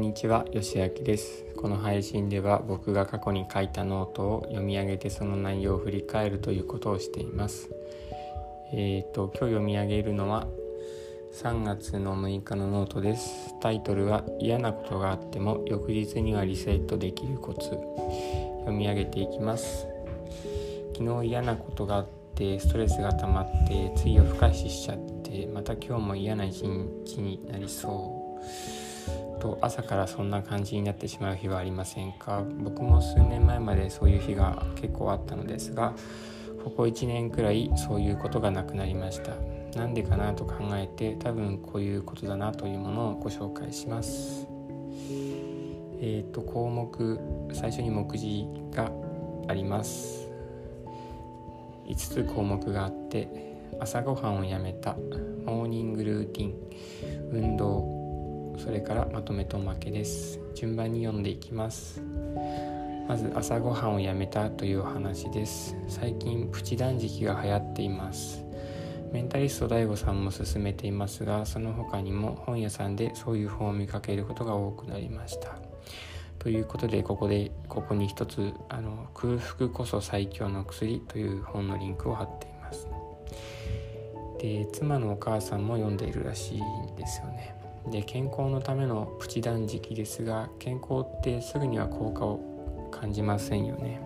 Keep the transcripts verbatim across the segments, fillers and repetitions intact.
にちは、よしあきです。この配信では僕が過去に書いたノートを読み上げてその内容を振り返るということをしています。えーと、今日読み上げるのはさんがつのむいかのノートです。タイトルは嫌なことがあっても翌日にはリセットできるコツ。読み上げていきます。昨日嫌なことがあってストレスが溜まってつい夜更かししちゃって、また今日も嫌な一日になりそうと朝からそんな感じになってしまう日はありませんか？僕も数年前までそういう日が結構あったのですが、ここいちねんくらいそういうことがなくなりました。なんでかなと考えて、多分こういうことだなというものをご紹介します。えーと項目、最初に目次があります。いつつ項目があって、朝ごはんをやめた、モーニングルーティン、運動、それからまとめとおまけです。順番に読んでいきます。まず朝ごはんをやめたというお話です。最近プチ断食が流行っています。メンタリスト ダイゴ さんも勧めていますが、その他にも本屋さんでそういう本を見かけることが多くなりました。ということで、ここでここに一つあの空腹こそ最強の薬という本のリンクを貼っています。で、妻のお母さんも読んでいるらしいんですよね。で、健康のためのプチ断食ですが、健康ってすぐには効果を感じませんよね。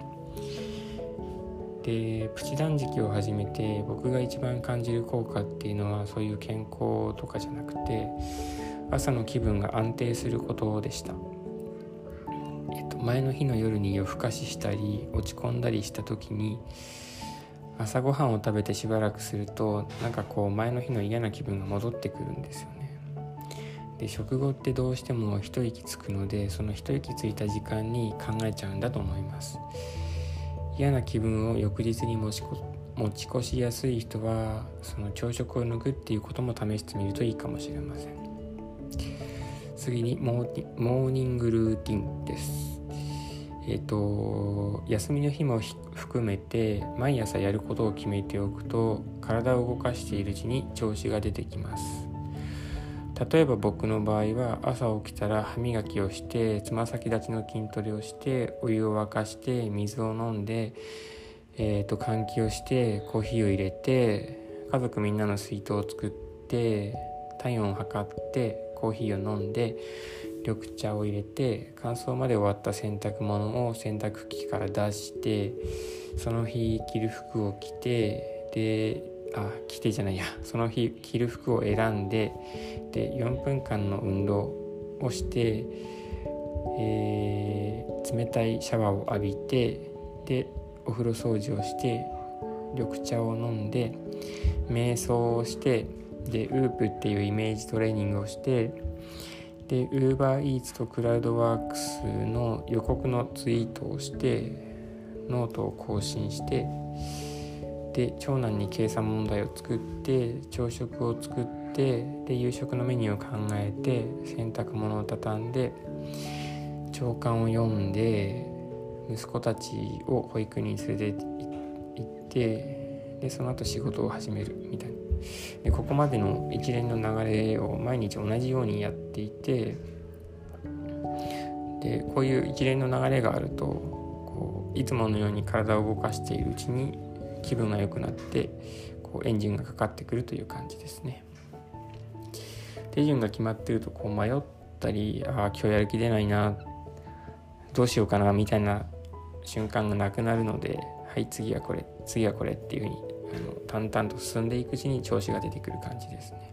で、プチ断食を始めて僕が一番感じる効果っていうのは、そういう健康とかじゃなくて、朝の気分が安定することでした。えっと、前の日の夜に夜更かししたり落ち込んだりした時に、朝ごはんを食べてしばらくすると、なんかこう前の日の嫌な気分が戻ってくるんですよね。で、食後ってどうしても一息つくので、その一息ついた時間に考えちゃうんだと思います。嫌な気分を翌日に持ちこ持ち越しやすい人は、その朝食を抜くっていうことも試してみるといいかもしれません。次にモーニ、モーニングルーティンです。えっと休みの日も含めて毎朝やることを決めておくと、体を動かしているうちに調子が出てきます。例えば僕の場合は、朝起きたら歯磨きをして、つま先立ちの筋トレをして、お湯を沸かして水を飲んで、えーと換気をしてコーヒーを入れて、家族みんなの水筒を作って体温を測ってコーヒーを飲んで、緑茶を入れて、乾燥まで終わった洗濯物を洗濯機から出して、その日着る服を着て、であ着てじゃないやその日着る服を選んで、でよんぷんかんの運動をして、えー、冷たいシャワーを浴びて、でお風呂掃除をして、緑茶を飲んで瞑想をして、でウープっていうイメージトレーニングをして、で UberEats とクラウドワークスの予告のツイートをして、ノートを更新して、で長男に計算問題を作って、朝食を作って、で夕食のメニューを考えて、洗濯物を畳んで、朝刊を読んで、息子たちを保育園に連れて行って、でその後仕事を始めるみたいな。でここまでの一連の流れを毎日同じようにやっていて、でこういう一連の流れがあると、こういつものように体を動かしているうちに気分が良くなって、こうエンジンがかかってくるという感じですね。手順が決まっていると、こう迷ったり、あ今日やる気出ないな、どうしようかなみたいな瞬間がなくなるので、はい次はこれ次はこれっていう風にあの淡々と進んでいくうちに調子が出てくる感じですね。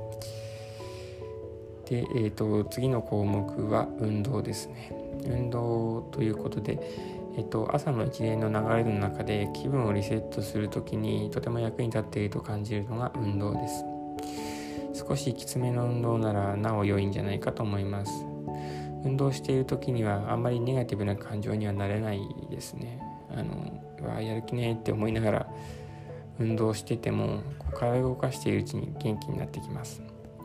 で、えーと、次の項目は運動ですね。運動ということで、えーと、朝の一連の流れの中で気分をリセットするときにとても役に立っていると感じるのが運動です。少しきつめの運動ならなお良いんじゃないかと思います。運動しているときにはあんまりネガティブな感情にはなれないですね。あのうわやる気ねって思いながら運動してても、こう体を動かしているうちに元気になってきます。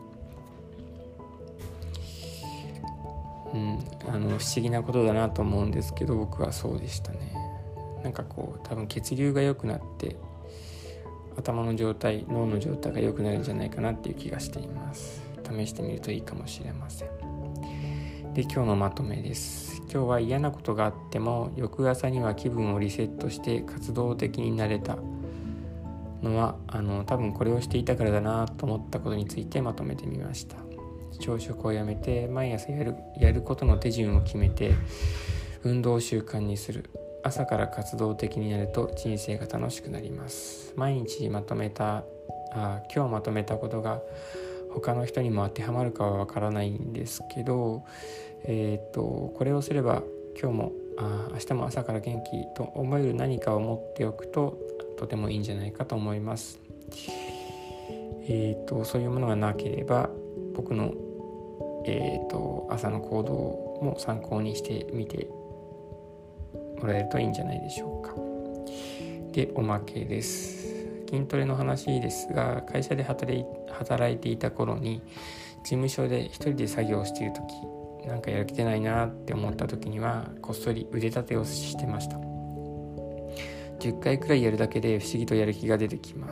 うん、あの不思議なことだなと思うんですけど、僕はそうでしたね。なんかこう多分血流が良くなって、頭の状態、脳の状態が良くなるんじゃないかなっていう気がしています。試してみるといいかもしれません。 で、今日のまとめです。今日は嫌なことがあっても翌朝には気分をリセットして活動的になれたのはあの多分これをしていたからだなと思ったことについてまとめてみました。朝食をやめて毎朝やる、やることの手順を決めて運動を習慣にする。朝から活動的になると人生が楽しくなります。毎日まとめたあ今日まとめたことが他の人にも当てはまるかはわからないんですけど、えー、とこれをすれば今日もあ明日も朝から元気と思える何かを持っておくととてもいいんじゃないかと思います。えー、とそういうものがなければ僕の、えー、と朝の行動も参考にしてみてもらえるといいんじゃないでしょうか。で、おまけです。筋トレの話ですが、会社で働い、働いていた頃に事務所で一人で作業しているとき、なんかやる気出ないなって思ったときにはこっそり腕立てをしてました。じゅっかいくらいやるだけで不思議とやる気が出てきます。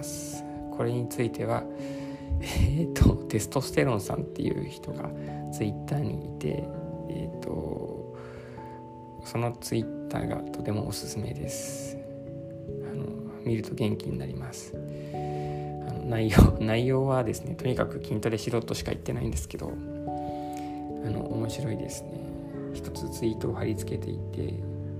これについては、えー、とテストステロンさんっていう人がツイッターにいて、えー、とそのツイッターがとてもおすすめです。あの見ると元気になります。あの内容内容はですね、とにかく筋トレしろとしか言ってないんですけど、あの面白いですね。一つツイートを貼り付けていて、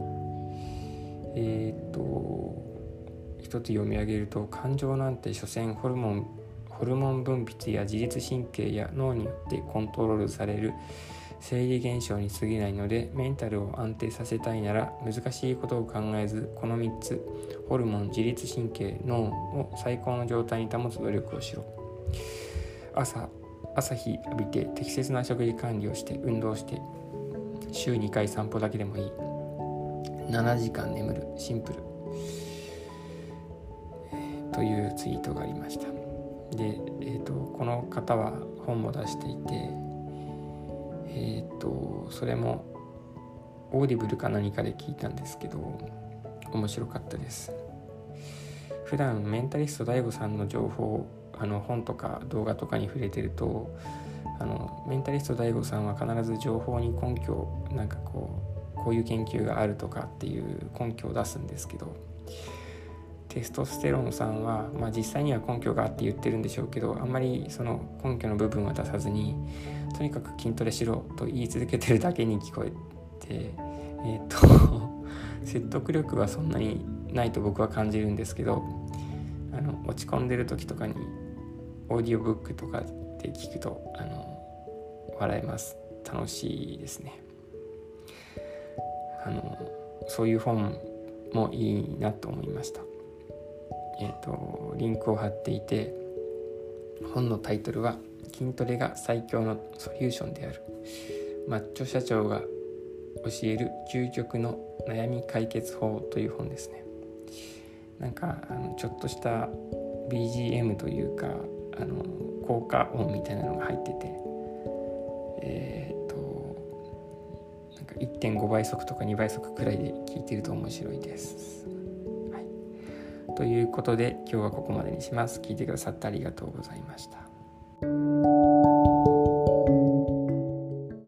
えー、っと一つ読み上げると、感情なんて所詮ホルモンホルモン分泌や自律神経や脳によってコントロールされる生理現象に過ぎないので、メンタルを安定させたいなら難しいことを考えず、このみっつ、ホルモン、自律神経、脳を最高の状態に保つ努力をしろ。朝朝日浴びて適切な食事管理をして運動して週にかい散歩だけでもいい。ななじかん眠る。シンプル、えー、というツイートがありました。で、えーと、この方は本も出していて、えーと、それもオーディブルか何かで聞いたんですけど、面白かったです。普段メンタリスト ダイゴ さんの情報、あの本とか動画とかに触れてると、あのメンタリスト ダイゴ さんは必ず情報に根拠、なんかこうこういう研究があるとかっていう根拠を出すんですけど、テストステロンさんは、まあ、実際には根拠があって言ってるんでしょうけど、あんまりその根拠の部分は出さずに、とにかく筋トレしろと言い続けてるだけに聞こえて、えー、と説得力はそんなにないと僕は感じるんですけど、あの落ち込んでる時とかにオーディオブックとかで聞くとあの笑えます。楽しいですね。あのそういう本もいいなと思いました。えーと、リンクを貼っていて、本のタイトルは筋トレが最強のソリューションである、マッチョ社長が教える究極の悩み解決法という本ですね。なんかあのちょっとした ビージーエム というか、あの効果音みたいなのが入ってて、えーとなんか いってんご 倍速とかにばい速くらいで聞いてると面白いです。はい、ということで今日はここまでにします。聞いてくださってありがとうございました。